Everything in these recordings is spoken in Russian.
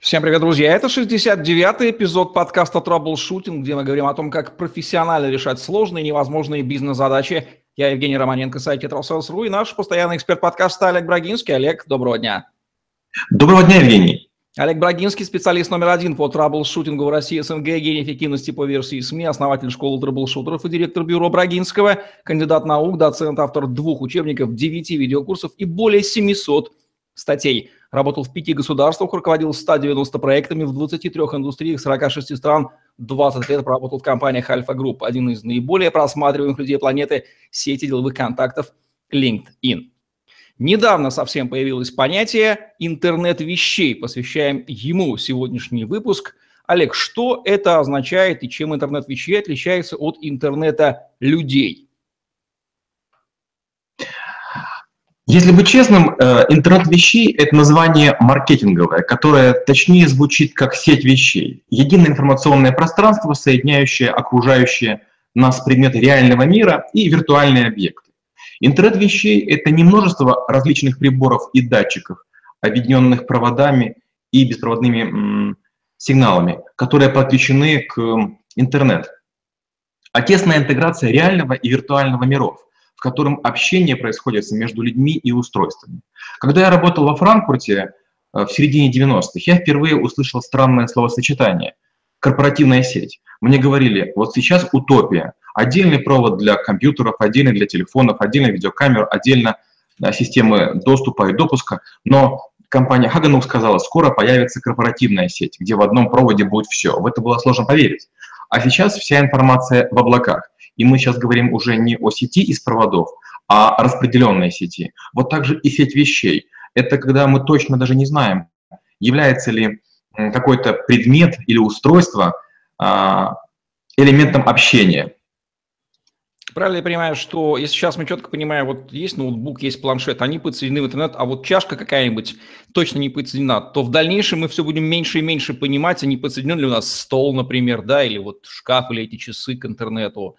Всем привет, друзья! Это 69-й эпизод подкаста «Траблшутинг», где мы говорим о том, как профессионально решать сложные и невозможные бизнес-задачи. Я Евгений Романенко, сайт «Тетрасселс.ру» и наш постоянный эксперт подкаста Олег Брагинский. Олег, доброго дня! Доброго дня, Евгений! Олег Брагинский, специалист номер один по траблшутингу в России, СНГ, гений эффективности по версии СМИ, основатель школы траблшутеров и директор бюро Брагинского, кандидат наук, доцент, автор 2 учебников, 9 видеокурсов и более 700 статей. Работал в 5 государствах, руководил 190 проектами в 23 индустриях 46 стран, 20 лет проработал в компаниях Альфа Групп, один из наиболее просматриваемых людей планеты сети деловых контактов LinkedIn. Недавно совсем появилось понятие «интернет вещей». Посвящаем ему сегодняшний выпуск. Олег, что это означает и чем интернет вещей отличается от интернета людей? Если быть честным, интернет вещей – это название маркетинговое, которое точнее звучит как сеть вещей. Единое информационное пространство, соединяющее окружающие нас предметы реального мира и виртуальные объекты. Интернет вещей – это не множество различных приборов и датчиков, объединенных проводами и беспроводными сигналами, которые подключены к интернету, а тесная интеграция реального и виртуального миров, в котором общение происходит между людьми и устройствами. Когда я работал во Франкфурте в середине 90-х, я впервые услышал странное словосочетание – корпоративная сеть. Мне говорили, вот сейчас утопия. Отдельный провод для компьютеров, отдельный для телефонов, отдельно видеокамер, отдельно системы доступа и допуска. Но компания Хаганов сказала, скоро появится корпоративная сеть, где в одном проводе будет все. В это было сложно поверить. А сейчас вся информация в облаках. И мы сейчас говорим уже не о сети из проводов, а о распределенной сети. Вот также и сеть вещей. Это когда мы точно даже не знаем, является ли какой-то предмет или устройство элементом общения. Правильно я понимаю, что если сейчас мы четко понимаем, вот есть ноутбук, есть планшет, они подсоединены в интернет, а вот чашка какая-нибудь точно не подсоединена, то в дальнейшем мы все будем меньше и меньше понимать, а не подсоединен ли у нас стол, например, да, или вот шкаф, или эти часы к интернету.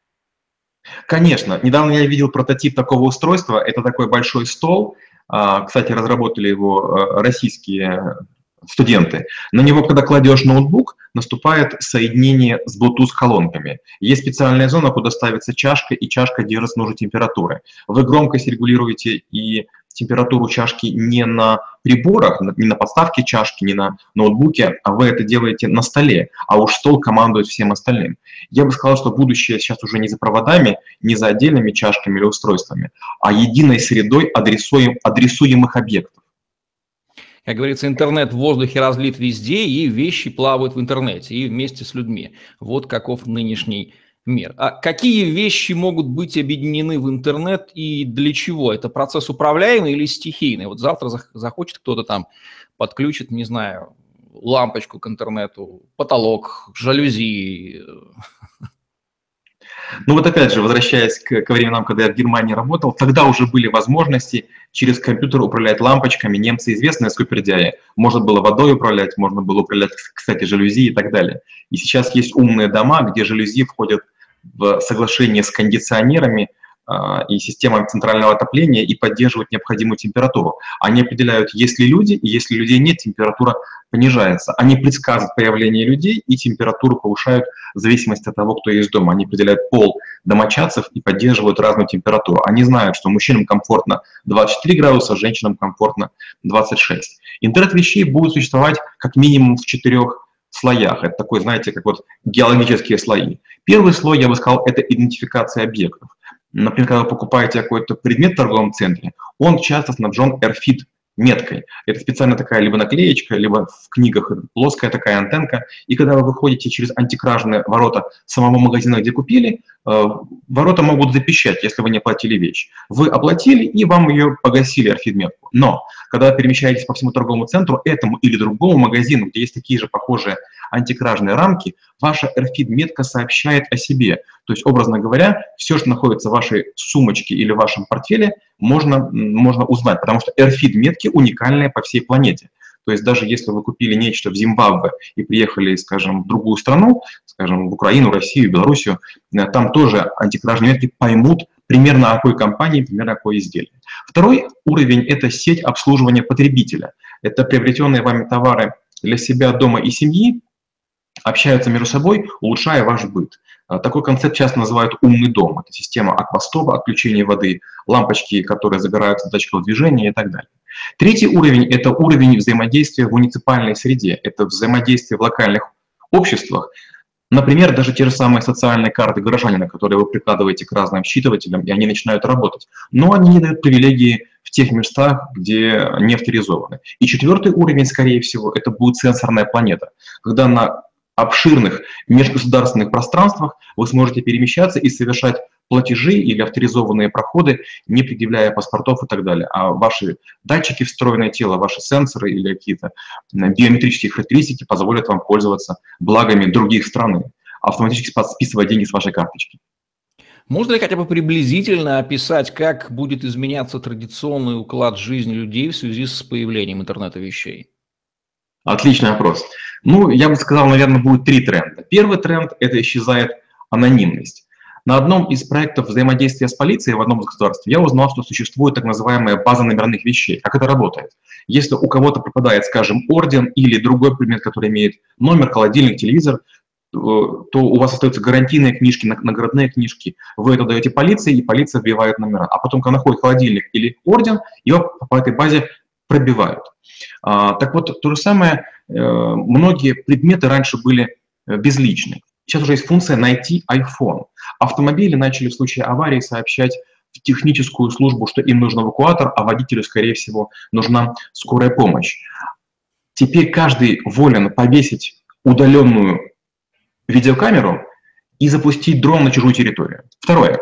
Конечно. Недавно я видел прототип такого устройства. Это такой большой стол. Кстати, разработали его российские студенты. На него, когда кладешь ноутбук, наступает соединение с Bluetooth-колонками. Есть специальная зона, куда ставится чашка, и чашка держит нужной температуры. Вы громкость регулируете и температуру чашки не на приборах, не на подставке чашки, не на ноутбуке, а вы это делаете на столе, а уж стол командует всем остальным. Я бы сказал, что будущее сейчас уже не за проводами, не за отдельными чашками или устройствами, а единой средой адресуемых объектов. Как говорится, интернет в воздухе разлит везде, и вещи плавают в интернете, и вместе с людьми. Вот каков нынешний мир. А какие вещи могут быть объединены в интернет и для чего? Это процесс управляемый или стихийный? Вот завтра захочет кто-то там подключит, не знаю, лампочку к интернету, потолок, жалюзи. Ну вот опять же, возвращаясь к временам, когда я в Германии работал, тогда уже были возможности через компьютер управлять лампочками. Немцы известные супердяи. Можно было водой управлять, можно было управлять, кстати, жалюзи и так далее. И сейчас есть умные дома, где жалюзи входят в соглашение с кондиционерами и системами центрального отопления и поддерживают необходимую температуру. Они определяют, есть ли люди, и если людей нет, температура понижается. Они предсказывают появление людей и температуру повышают в зависимости от того, кто есть дома. Они определяют пол домочадцев и поддерживают разную температуру. Они знают, что мужчинам комфортно 24 градуса, женщинам комфортно 26. Интернет вещей будет существовать как минимум в 4 слоях. Это такой, знаете, как вот геологические слои. Первый слой, я бы сказал, это идентификация объектов. Например, когда вы покупаете какой-то предмет в торговом центре, он часто снабжен RFID меткой. Это специально такая либо наклеечка, либо в книгах плоская такая антенка. И когда вы выходите через антикражные ворота самого магазина, где купили, ворота могут запищать, если вы не оплатили вещь. Вы оплатили, и вам ее погасили, RFID-метку. Но когда вы перемещаетесь по всему торговому центру, этому или другому магазину, где есть такие же похожие антикражные рамки, ваша RFID-метка сообщает о себе. То есть, образно говоря, все, что находится в вашей сумочке или в вашем портфеле, можно узнать, потому что RFID-метки уникальные по всей планете. То есть даже если вы купили нечто в Зимбабве и приехали, скажем, в другую страну, скажем, в Украину, Россию, Белоруссию, там тоже антикражные метки поймут примерно о какой компании, примерно о какое изделие. Второй уровень – это сеть обслуживания потребителя. Это приобретенные вами товары для себя, дома и семьи, общаются между собой, улучшая ваш быт. Такой концепт часто называют «умный дом». Это система аквастоpa, отключения воды, лампочки, которые загораются от датчиков движения и так далее. Третий уровень – это уровень взаимодействия в муниципальной среде. Это взаимодействие в локальных обществах. Например, даже те же самые социальные карты горожанина, которые вы прикладываете к разным считывателям, и они начинают работать. Но они не дают привилегии в тех местах, где не авторизованы. И четвертый уровень, скорее всего, это будет сенсорная планета, когда на обширных межгосударственных пространствах вы сможете перемещаться и совершать платежи или авторизованные проходы, не предъявляя паспортов и так далее. А ваши датчики, встроенное тело, ваши сенсоры или какие-то биометрические характеристики позволят вам пользоваться благами других стран, автоматически списывать деньги с вашей карточки. Можно ли хотя бы приблизительно описать, как будет изменяться традиционный уклад жизни людей в связи с появлением интернета вещей? Отличный вопрос. Ну, я бы сказал, наверное, будет три тренда. Первый тренд – это исчезает анонимность. На одном из проектов взаимодействия с полицией в одном из государств я узнал, что существует так называемая база номерных вещей. Как это работает? Если у кого-то пропадает, скажем, орден или другой предмет, который имеет номер, холодильник, телевизор, то у вас остаются гарантийные книжки, наградные книжки. Вы это даете полиции, и полиция вбивает номера. А потом, когда находит холодильник или орден, его по этой базе пробивают. Так вот, то же самое, многие предметы раньше были безличны. Сейчас уже есть функция «найти iPhone». Автомобили начали в случае аварии сообщать в техническую службу, что им нужен эвакуатор, а водителю, скорее всего, нужна скорая помощь. Теперь каждый волен повесить удаленную видеокамеру и запустить дрон на чужую территорию. Второе.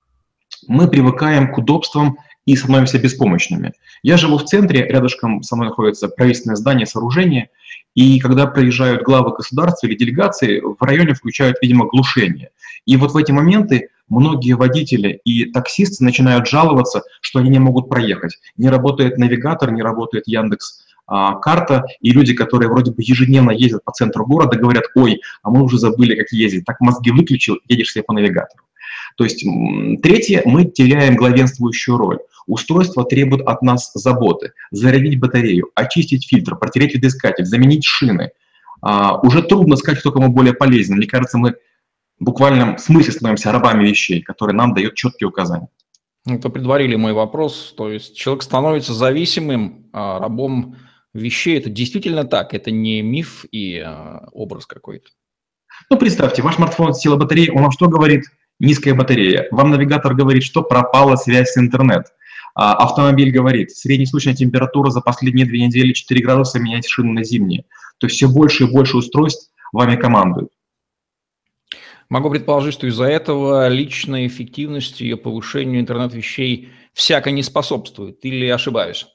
Мы привыкаем к удобствам и становимся беспомощными. Я живу в центре, рядышком со мной находится правительственное здание, сооружение, и когда приезжают главы государства или делегации, в районе включают, видимо, глушение. И вот в эти моменты многие водители и таксисты начинают жаловаться, что они не могут проехать. Не работает навигатор, не работает Яндекс.Карта, и люди, которые вроде бы ежедневно ездят по центру города, говорят: ой, а мы уже забыли, как ездить. Так мозги выключил, едешь себе по навигатору. То есть, третье, мы теряем главенствующую роль. Устройство требует от нас заботы. Зарядить батарею, очистить фильтр, протереть видоискатель, заменить шины. Уже трудно сказать, кто кому более полезен. Мне кажется, мы в буквальном смысле становимся рабами вещей, которые нам дают четкие указания. Это предварили мой вопрос. То есть человек становится зависимым, рабом вещей. Это действительно так? Это не миф и образ какой-то? Ну, представьте, ваш смартфон, села батареи, он вам что говорит? Низкая батарея. Вам навигатор говорит, что пропала связь с интернет. Автомобиль говорит, среднесуточная температура за последние 2 недели 4 градуса, менять шины на зимние. То есть все больше и больше устройств вами командуют. Могу предположить, что из-за этого личной эффективности и повышению интернет-вещей всяко не способствует, или ошибаюсь?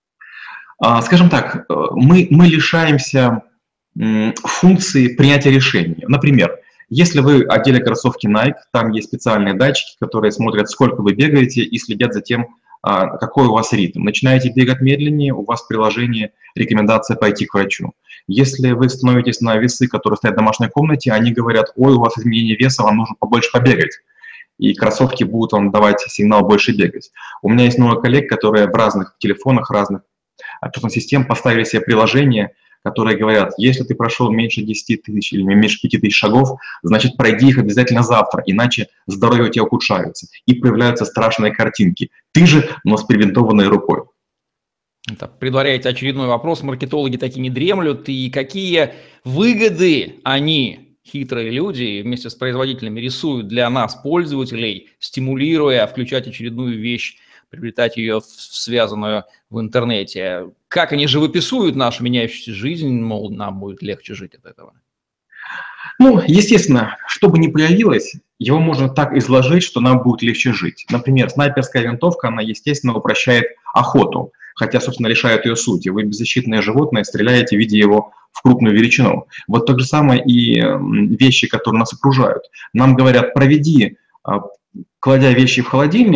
Скажем так, мы лишаемся функции принятия решений. Например, если вы одели кроссовки Nike, там есть специальные датчики, которые смотрят, сколько вы бегаете, и следят за тем, какой у вас ритм. Начинаете бегать медленнее, у вас в приложении рекомендация пойти к врачу. Если вы становитесь на весы, которые стоят в домашней комнате, они говорят: ой, у вас изменение веса, вам нужно побольше побегать. И кроссовки будут вам давать сигнал больше бегать. У меня есть много коллег, которые в разных телефонах, разных операционных систем поставили себе приложения, которые говорят: если ты прошел меньше 10 тысяч или меньше 5 тысяч шагов, значит, пройди их обязательно завтра, иначе здоровье у тебя ухудшается. И появляются страшные картинки. Ты же, но с перебинтованной рукой. Так, предваряете очередной вопрос. Маркетологи такие не дремлют. И какие выгоды они, хитрые люди, вместе с производителями рисуют для нас, пользователей, стимулируя включать очередную вещь, приобретать ее связанную в интернете? Как они живописуют нашу меняющуюся жизнь, мол, нам будет легче жить от этого? Ну, естественно, что бы ни появилось, его можно так изложить, что нам будет легче жить. Например, снайперская винтовка, она, естественно, упрощает охоту, хотя, собственно, лишает ее сути. Вы беззащитное животное, стреляете, видя его в крупную величину. Вот то же самое и вещи, которые нас окружают. Нам говорят: проведи, кладя вещи в холодильник,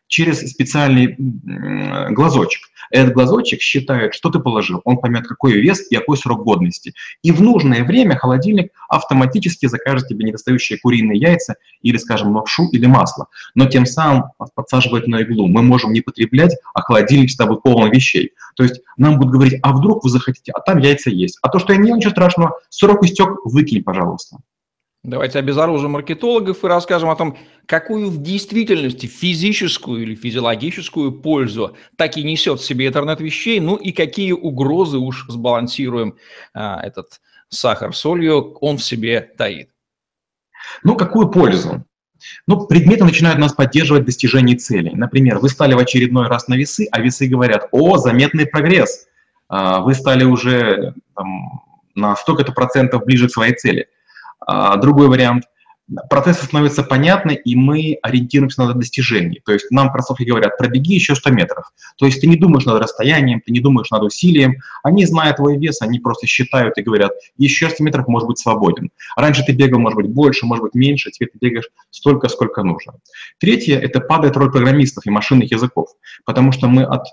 через специальный глазочек. Этот глазочек считает, что ты положил. Он поймет, какой вес и какой срок годности. И в нужное время холодильник автоматически закажет тебе недостающие куриные яйца или, скажем, лапшу или масло. Но тем самым подсаживает на иглу. Мы можем не потреблять, а холодильник всегда будет полон вещей. То есть нам будут говорить, а вдруг вы захотите, а там яйца есть. А то, что я не, ничего страшного, срок истек, выкинь, пожалуйста. Давайте обезоружим маркетологов и расскажем о том, какую в действительности физическую или физиологическую пользу так и несет в себе интернет вещей, ну и какие угрозы, уж сбалансируем этот сахар солью, он в себе таит. Ну, какую пользу? Ну, предметы начинают нас поддерживать в достижении целей. Например, вы стали в очередной раз на весы, а весы говорят, о, заметный прогресс, вы стали уже там, на столько-то процентов ближе к своей цели. Другой вариант. Процессы становятся понятны, и мы ориентируемся на достижение. То есть нам кроссовки говорят, пробеги еще 100 метров. То есть ты не думаешь над расстоянием, ты не думаешь над усилием. Они, зная твой вес, они просто считают и говорят, еще 100 метров может быть свободен. Раньше ты бегал, может быть, больше, может быть, меньше, теперь ты бегаешь столько, сколько нужно. Третье – это падает роль программистов и машинных языков, потому что мы от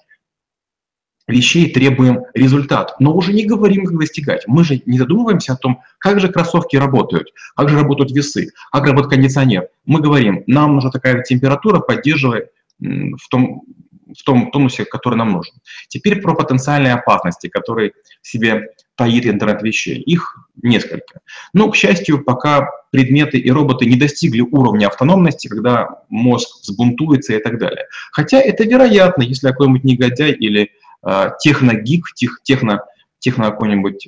вещей требуем результат, но уже не говорим, как достигать. Мы же не задумываемся о том, как же кроссовки работают, как же работают весы, как работает кондиционер. Мы говорим, нам нужна такая температура, поддерживая в том тонусе, который нам нужен. Теперь про потенциальные опасности, которые в себе таит интернет вещей. Их несколько. Но, к счастью, пока предметы и роботы не достигли уровня автономности, когда мозг взбунтуется и так далее. Хотя это вероятно, если какой-нибудь негодяй или техногик, какой-нибудь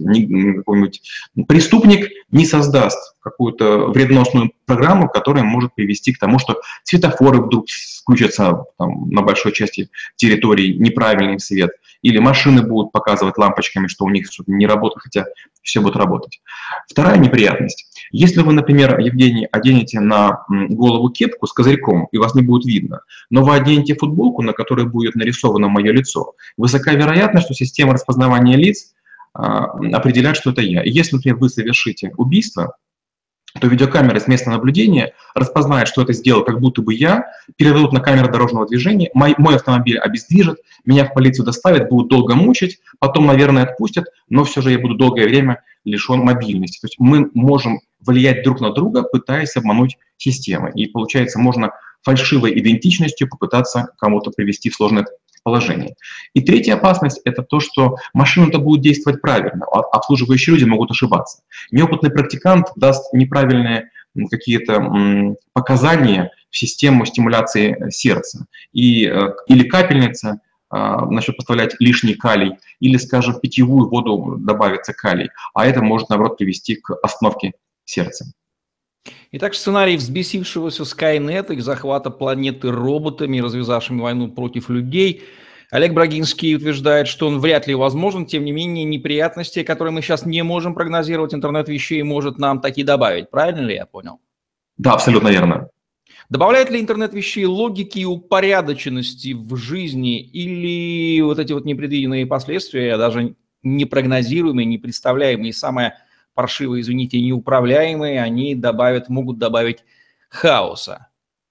преступник не создаст какую-то вредоносную программу, которая может привести к тому, что светофоры вдруг включатся там, на большой части территории неправильный свет, или машины будут показывать лампочками, что у них что-то не работает, хотя все будет работать. Вторая неприятность. Если вы, например, Евгений, оденете на голову кепку с козырьком, и вас не будет видно, но вы оденете футболку, на которой будет нарисовано мое лицо, высока вероятность, что система распознавания лиц определяет, что это я. И если, например, вы совершите убийство, то видеокамеры с места наблюдения распознают, что это сделал как будто бы я, передадут на камеру дорожного движения, мой автомобиль обездвижат, меня в полицию доставят, будут долго мучить, потом, наверное, отпустят, но все же я буду долгое время лишен мобильности. То есть мы можем влиять друг на друга, пытаясь обмануть системы. И получается, можно фальшивой идентичностью попытаться кому-то привести в сложное положение. И третья опасность – это то, что машина-то будет действовать правильно, а обслуживающие люди могут ошибаться. Неопытный практикант даст неправильные какие-то показания в систему стимуляции сердца. Или капельница начнет поставлять лишний калий, или, скажем, в питьевую воду добавится калий, а это может, наоборот, привести к остановке сердца. Итак, сценарий взбесившегося Skynet и захвата планеты роботами, развязавшими войну против людей. Олег Брагинский утверждает, что он вряд ли возможен, тем не менее неприятности, которые мы сейчас не можем прогнозировать, интернет вещей может нам таки добавить. Правильно ли я понял? Да, абсолютно верно. Добавляет ли интернет вещей логики и упорядоченности в жизни, или вот эти вот непредвиденные последствия, даже непрогнозируемые, непредставляемые, самое паршивые, извините, неуправляемые, они могут добавить хаоса?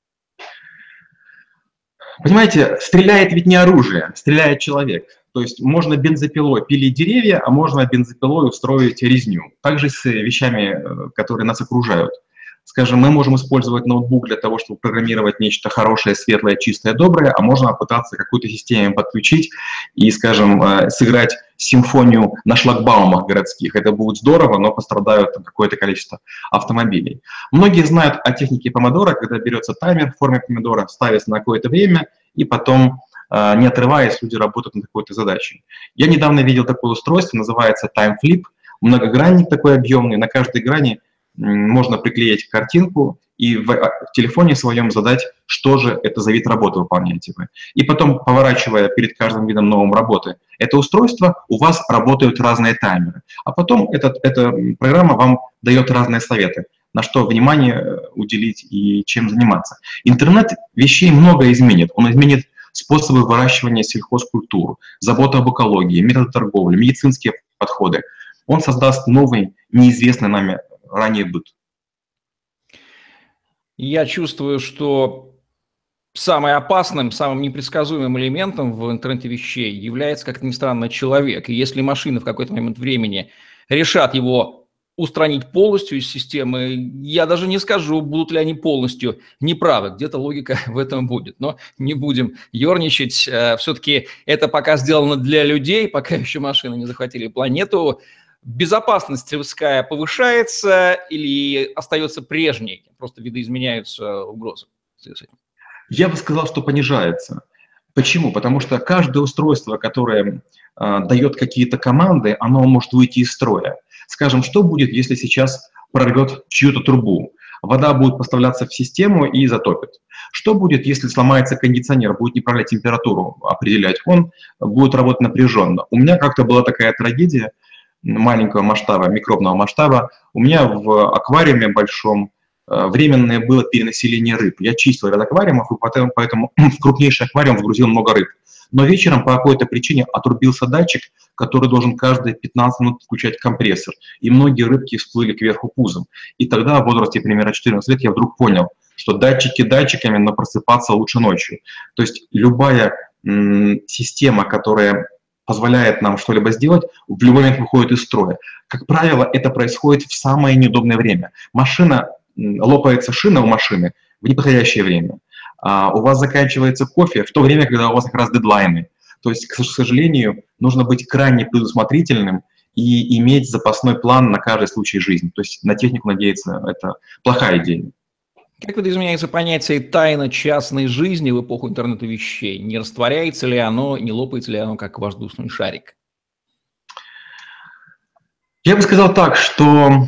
Понимаете, стреляет ведь не оружие, стреляет человек. То есть можно бензопилой пилить деревья, а можно бензопилой устроить резню. Также с вещами, которые нас окружают. Скажем, мы можем использовать ноутбук для того, чтобы программировать нечто хорошее, светлое, чистое, доброе, а можно попытаться какую-то систему подключить и, скажем, сыграть симфонию на шлагбаумах городских. Это будет здорово, но пострадают какое-то количество автомобилей. Многие знают о технике помодоро, когда берется таймер в форме помидора, ставится на какое-то время, и потом, не отрываясь, люди работают над какой-то задачей. Я недавно видел такое устройство, называется TimeFlip, многогранник такой объемный, на каждой грани можно приклеить картинку и в телефоне своем задать, что же это за вид работы выполняете вы. И потом, поворачивая перед каждым видом новым работы это устройство, у вас работают разные таймеры. А потом эта программа вам дает разные советы, на что внимание уделить и чем заниматься. Интернет вещей много изменит. Он изменит способы выращивания сельхозкультур, заботу об экологии, методы торговли, медицинские подходы. Он создаст новый, неизвестный нами ранее быт. Я чувствую, что Самым опасным, самым непредсказуемым элементом в интернете вещей является, как ни странно, человек. И если машины в какой-то момент времени решат его устранить полностью из системы, я даже не скажу, будут ли они полностью неправы. Где-то логика в этом будет. Но не будем ерничать. Все-таки это пока сделано для людей, пока еще машины не захватили планету. Безопасность людская повышается или остается прежней? Просто видоизменяются угрозы в связи с этим. Я бы сказал, что понижается. Почему? Потому что каждое устройство, которое дает какие-то команды, оно может выйти из строя. Скажем, что будет, если сейчас прорвет чью-то трубу? Вода будет поставляться в систему и затопит. Что будет, если сломается кондиционер, будет неправильно температуру определять? Он будет работать напряженно. У меня как-то была такая трагедия маленького масштаба, микробного масштаба. У меня в аквариуме большом временное было перенаселение рыб. Я чистил ряд аквариумов, и поэтому в крупнейший аквариум вгрузил много рыб. Но вечером по какой-то причине отрубился датчик, который должен каждые 15 минут включать компрессор. И многие рыбки всплыли кверху пузом. И тогда, в возрасте примерно 14 лет, я вдруг понял, что датчики датчиками, но просыпаться лучше ночью. То есть любая система, которая позволяет нам что-либо сделать, в любой момент выходит из строя. Как правило, это происходит в самое неудобное время. Лопается шина у машины в неподходящее время. У вас заканчивается кофе в то время, когда у вас как раз дедлайны. То есть, к сожалению, нужно быть крайне предусмотрительным и иметь запасной план на каждый случай жизни. То есть на технику надеяться – это плохая идея. Как видоизменяется понятие «тайна частной жизни» в эпоху интернета вещей? Не растворяется ли оно, не лопается ли оно, как воздушный шарик? Я бы сказал так, что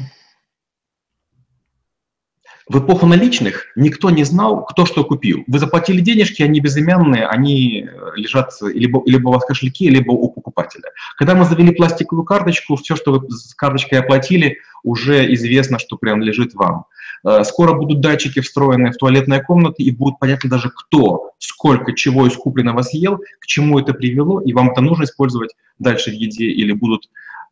в эпоху наличных никто не знал, кто что купил. Вы заплатили денежки, они безымянные, они лежат либо у вас в кошельке, либо у покупателя. Когда мы завели пластиковую карточку, все, что вы с карточкой оплатили, уже известно, что принадлежит вам. Скоро будут датчики встроены в туалетные комнаты, и будет понятно даже, кто, сколько, чего из купленного съел, к чему это привело, и вам это нужно использовать дальше в еде, или будут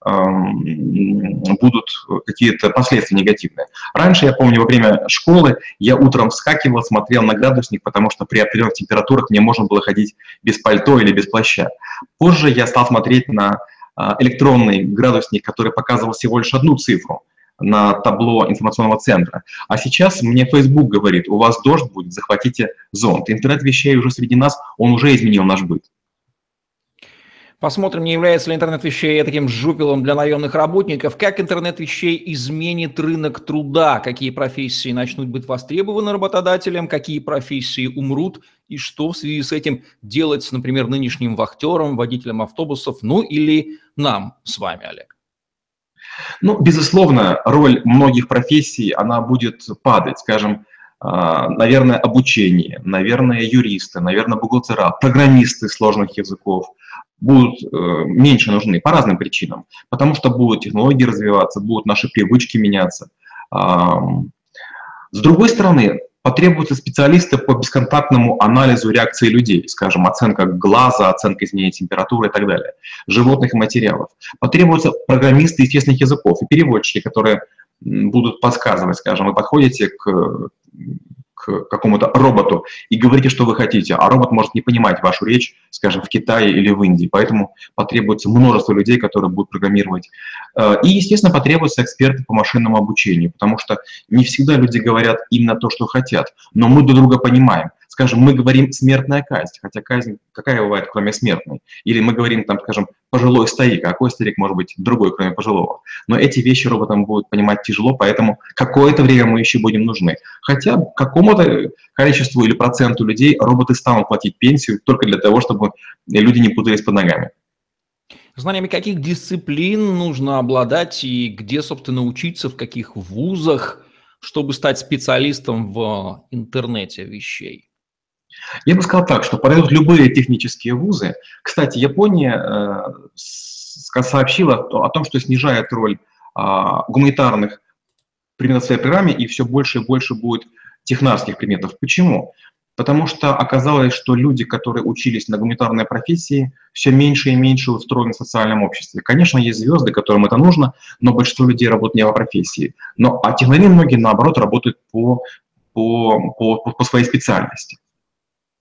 какие-то последствия негативные. Раньше, я помню, во время школы я утром вскакивал, смотрел на градусник, потому что при определенных температурах мне можно было ходить без пальто или без плаща. Позже я стал смотреть на электронный градусник, который показывал всего лишь одну цифру на табло информационного центра. А сейчас мне Facebook говорит: у вас дождь будет, захватите зонт. Интернет вещей уже среди нас, он уже изменил наш быт. Посмотрим, не является ли интернет вещей таким жупелом для наемных работников. Как интернет вещей изменит рынок труда? Какие профессии начнут быть востребованы работодателем? Какие профессии умрут? И что в связи с этим делать, например, нынешним вахтерам, водителям автобусов, ну или нам с вами, Олег? Ну, безусловно, роль многих профессий, она будет падать. Скажем, наверное, обучение, наверное, юристы, наверное, бухгалтера, программисты сложных языков будут меньше нужны по разным причинам. Потому что будут технологии развиваться, будут наши привычки меняться. С другой стороны, потребуются специалисты по бесконтактному анализу реакции людей, скажем, оценка глаза, оценка изменения температуры и так далее, животных и материалов. Потребуются программисты естественных языков и переводчики, которые будут подсказывать, скажем, вы подходите к какому-то роботу и говорите, что вы хотите, а робот может не понимать вашу речь, скажем, в Китае или в Индии. Поэтому потребуется множество людей, которые будут программировать. И, естественно, потребуются эксперты по машинному обучению, потому что не всегда люди говорят именно то, что хотят, но мы друг друга понимаем. Скажем, мы говорим «смертная казнь», хотя казнь какая бывает, кроме смертной? Или мы говорим, там, скажем, «пожилой старик», а какой старик может быть другой, кроме пожилого? Но эти вещи роботам будут понимать тяжело, поэтому какое-то время мы еще будем нужны. Хотя какому-то количеству или проценту людей роботы станут платить пенсию только для того, чтобы люди не путались под ногами. Знаниями каких дисциплин нужно обладать и где, собственно, учиться, в каких вузах, чтобы стать специалистом в интернете вещей? Я бы сказал так, что подойдут любые технические вузы. Кстати, Япония сообщила о том, что снижает роль гуманитарных предметов в своей программе, и все больше и больше будет технарских предметов. Почему? Потому что оказалось, что люди, которые учились на гуманитарной профессии, все меньше и меньше устроены в социальном обществе. Конечно, есть звезды, которым это нужно, но большинство людей работают не по профессии. А технари многие, наоборот, работают по своей специальности.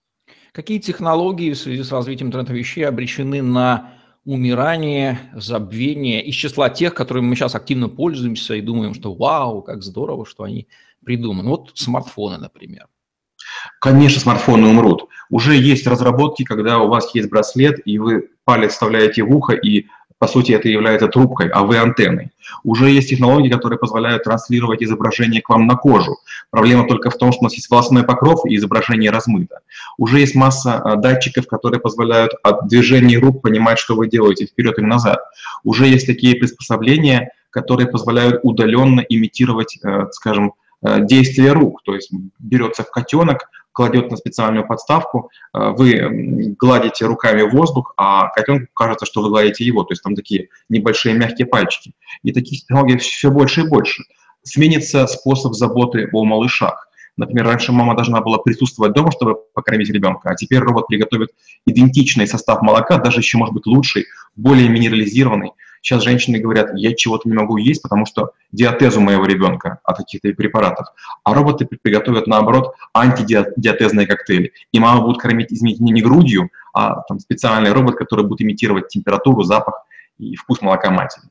Какие технологии в связи с развитием интернета вещей обречены на умирание, забвение из числа тех, которыми мы сейчас активно пользуемся и думаем, что вау, как здорово, что они придуманы. Вот смартфоны, например. Конечно, смартфоны умрут. Уже есть разработки, когда у вас есть браслет, и вы палец вставляете в ухо, и, по сути, это является трубкой, а вы антенной. Уже есть технологии, которые позволяют транслировать изображение к вам на кожу. Проблема только в том, что у нас есть волосной покров, и изображение размыто. Уже есть масса датчиков, которые позволяют от движения рук понимать, что вы делаете вперед или назад. Уже есть такие приспособления, которые позволяют удаленно имитировать, скажем, действие рук. То есть берется котенок, кладет на специальную подставку, вы гладите руками воздух, а котенку кажется, что вы гладите его. То есть там такие небольшие мягкие пальчики. И таких технологий все больше и больше. Сменится способ заботы о малышах. Например, раньше мама должна была присутствовать дома, чтобы покормить ребенка, а теперь робот приготовит идентичный состав молока, даже еще, может быть, лучший, более минерализированный. Сейчас женщины говорят, я чего-то не могу есть, потому что диатезу моего ребенка от каких-то препаратов. А роботы приготовят, наоборот, антидиатезные коктейли. И мама будет кормить, извините, не грудью, а там специальный робот, который будет имитировать температуру, запах и вкус молока матери.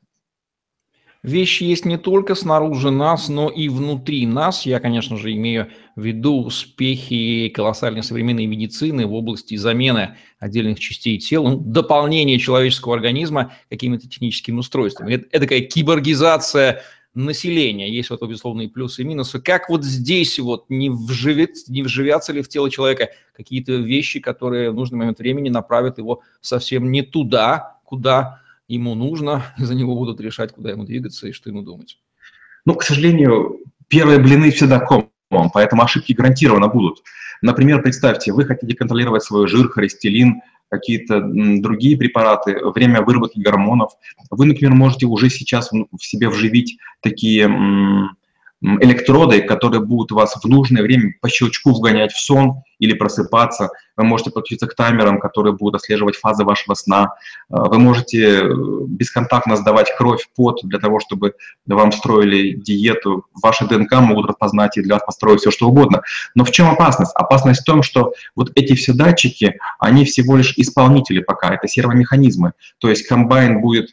Вещи есть не только снаружи нас, но и внутри нас. Я, конечно же, имею в виду успехи колоссальной современной медицины в области замены отдельных частей тела, дополнения человеческого организма какими-то техническими устройствами. Это такая киборгизация населения. Есть вот, безусловно, и плюсы, и минусы. Как вот здесь вот не вживятся ли в тело человека какие-то вещи, которые в нужный момент времени направят его совсем не туда, куда ему нужно, и за него будут решать, куда ему двигаться и что ему думать. Ну, к сожалению, первые блины всегда комом, поэтому ошибки гарантированно будут. Например, представьте, вы хотите контролировать свой жир, холестерин, какие-то другие препараты, время выработки гормонов. Вы, например, можете уже сейчас в себе вживить такие электроды, которые будут вас в нужное время по щелчку вгонять в сон или просыпаться. Вы можете подключиться к таймерам, которые будут отслеживать фазы вашего сна. Вы можете бесконтактно сдавать кровь, пот для того, чтобы вам строили диету. Ваши ДНК могут распознать и для вас построить все, что угодно. Но в чем опасность? Опасность в том, что вот эти все датчики, они всего лишь исполнители пока, это сервомеханизмы. То есть комбайн будет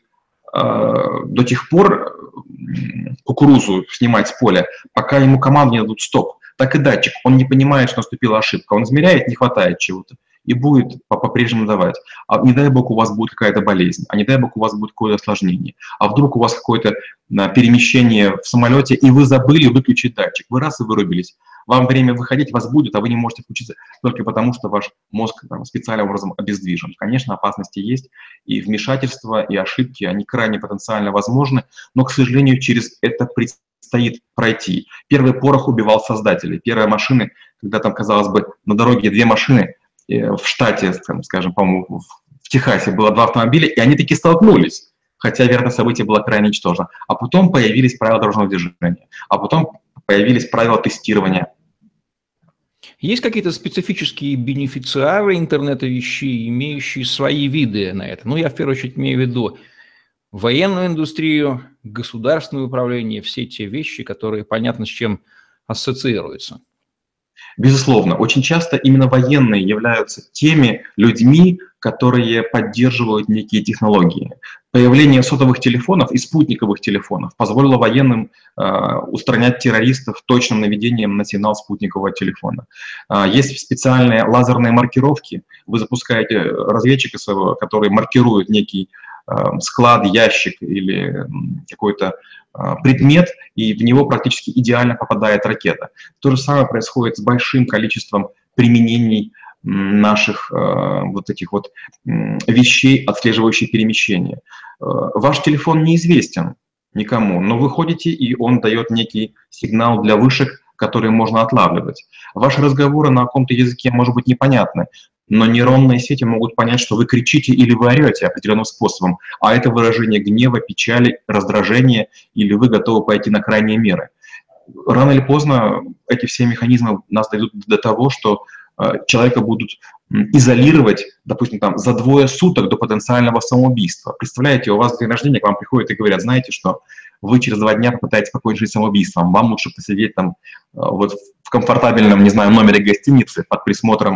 до тех пор кукурузу снимать с поля, пока ему команду не дадут стоп. Так и датчик, он не понимает, что наступила ошибка, он измеряет, не хватает чего-то, и будет по-прежнему давать. А не дай бог у вас будет какая-то болезнь, а не дай бог у вас будет какое-то осложнение, а вдруг у вас какое-то перемещение в самолете, и вы забыли выключить датчик, вы раз и вырубились. Вам время выходить, вас будет, а вы не можете включиться только потому, что ваш мозг специальным образом обездвижен. Конечно, опасности есть, и вмешательства, и ошибки, они крайне потенциально возможны, но, к сожалению, через это предстоит пройти. Первый порох убивал создателей. Первые машины, когда там, казалось бы, на дороге две машины, в штате, скажем, по-моему, в Техасе было два автомобиля, и они таки столкнулись, хотя вероятность события была крайне ничтожна. А потом появились правила дорожного движения, а потом появились правила тестирования. Есть какие-то специфические бенефициары интернета вещей, имеющие свои виды на это? Ну, я в первую очередь имею в виду военную индустрию, государственное управление, все те вещи, которые понятно с чем ассоциируются. Безусловно, очень часто именно военные являются теми людьми, которые поддерживают некие технологии. Появление сотовых телефонов и спутниковых телефонов позволило военным устранять террористов точным наведением на сигнал спутникового телефона. Есть специальные лазерные маркировки. Вы запускаете разведчика своего, который маркирует некий склад, ящик или какой-то предмет, и в него практически идеально попадает ракета. То же самое происходит с большим количеством применений наших вот таких вот вещей, отслеживающих перемещения. Ваш телефон неизвестен никому, но вы ходите, и он дает некий сигнал для вышек, которые можно отлавливать. Ваши разговоры на каком-то языке, может быть, непонятны, но нейронные сети могут понять, что вы кричите или вы орете определенным способом, а это выражение гнева, печали, раздражения, или вы готовы пойти на крайние меры. Рано или поздно эти все механизмы нас дойдут до того, что человека будут изолировать, допустим, там, за 2 суток до потенциального самоубийства. Представляете, у вас день рождения, к вам приходят и говорят, знаете что, вы через 2 дня попытаетесь покончить самоубийством, вам лучше посидеть там вот в комфортабельном, не знаю, номере гостиницы под присмотром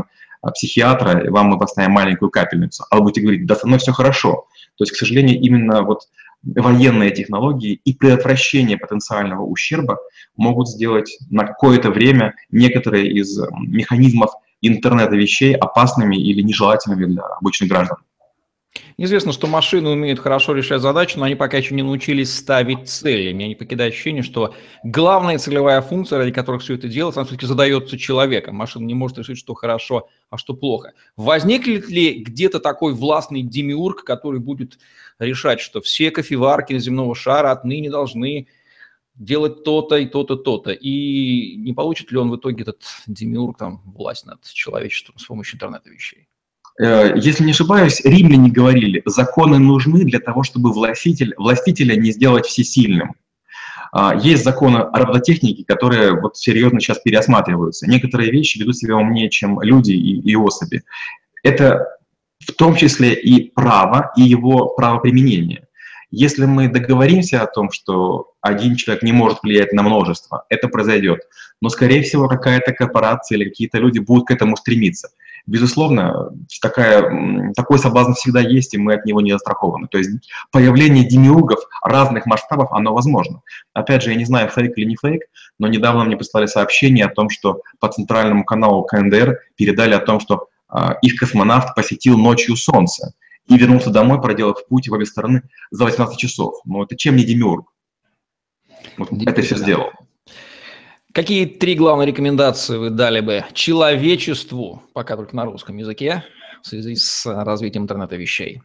психиатра, и вам мы поставим маленькую капельницу, а вы будете говорить, да со мной все хорошо. То есть, к сожалению, именно вот военные технологии и предотвращение потенциального ущерба могут сделать на какое-то время некоторые из механизмов интернета вещей опасными или нежелательными для обычных граждан. Известно, что машины умеют хорошо решать задачи, но они пока еще не научились ставить цели. Меня не покидает ощущение, что главная целевая функция, ради которой все это делается, она все-таки задается человеком. Машина не может решить, что хорошо, а что плохо. Возникнет ли где-то такой властный демиург, который будет решать, что все кофеварки земного шара отныне должны делать то-то и то-то, то-то? И не получит ли он в итоге, этот демиург, там, власть над человечеством с помощью интернета вещей? Если не ошибаюсь, римляне говорили, законы нужны для того, чтобы властителя не сделать всесильным. Есть законы робототехники, которые вот серьезно сейчас переосматриваются. Некоторые вещи ведут себя умнее, чем люди и особи. Это в том числе и право, и его правоприменение. Если мы договоримся о том, что один человек не может влиять на множество, это произойдет. Но, скорее всего, какая-то корпорация или какие-то люди будут к этому стремиться. Безусловно, такой соблазн всегда есть, и мы от него не застрахованы. То есть появление демиургов разных масштабов, оно возможно. Опять же, я не знаю, фейк или не фейк, но недавно мне прислали сообщение о том, что по центральному каналу КНДР передали о том, что их космонавт посетил ночью Солнце и вернулся домой, проделав путь в обе стороны за 18 часов. Ну, это чем не демиург? Вот это все сделал. Какие 3 главные рекомендации вы дали бы человечеству, пока только на русском языке, в связи с развитием интернета вещей?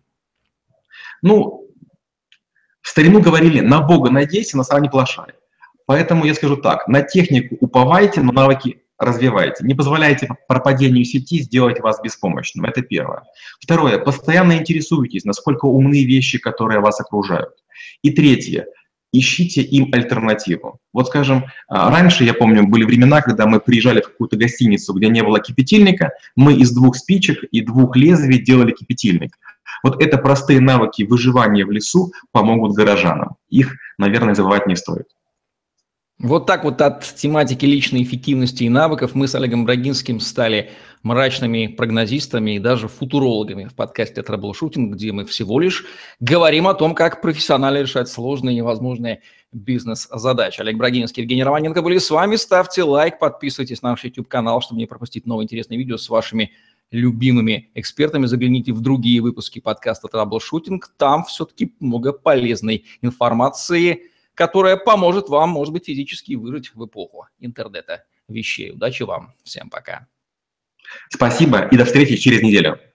Ну, в старину говорили, на Бога надейся, на сам не плашай. Поэтому я скажу так, на технику уповайте, но навыки развивайте. Не позволяйте пропадению сети сделать вас беспомощным. Это первое. Второе, постоянно интересуйтесь, насколько умны вещи, которые вас окружают. И третье, ищите им альтернативу. Вот, скажем, раньше, я помню, были времена, когда мы приезжали в какую-то гостиницу, где не было кипятильника, мы из 2 спичек и 2 лезвий делали кипятильник. Вот это простые навыки выживания в лесу помогут горожанам. Их, наверное, забывать не стоит. Вот так вот от тематики личной эффективности и навыков мы с Олегом Брагинским стали мрачными прогнозистами и даже футурологами в подкасте «Трэблшутинг», где мы всего лишь говорим о том, как профессионально решать сложные и невозможные бизнес-задачи. Олег Брагинский, Евгений Романенко были с вами. Ставьте лайк, подписывайтесь на наш YouTube-канал, чтобы не пропустить новые интересные видео с вашими любимыми экспертами. Загляните в другие выпуски подкаста «Трэблшутинг». Там все-таки много полезной информации, которая поможет вам, может быть, физически выжить в эпоху интернета вещей. Удачи вам. Всем пока. Спасибо и до встречи через неделю.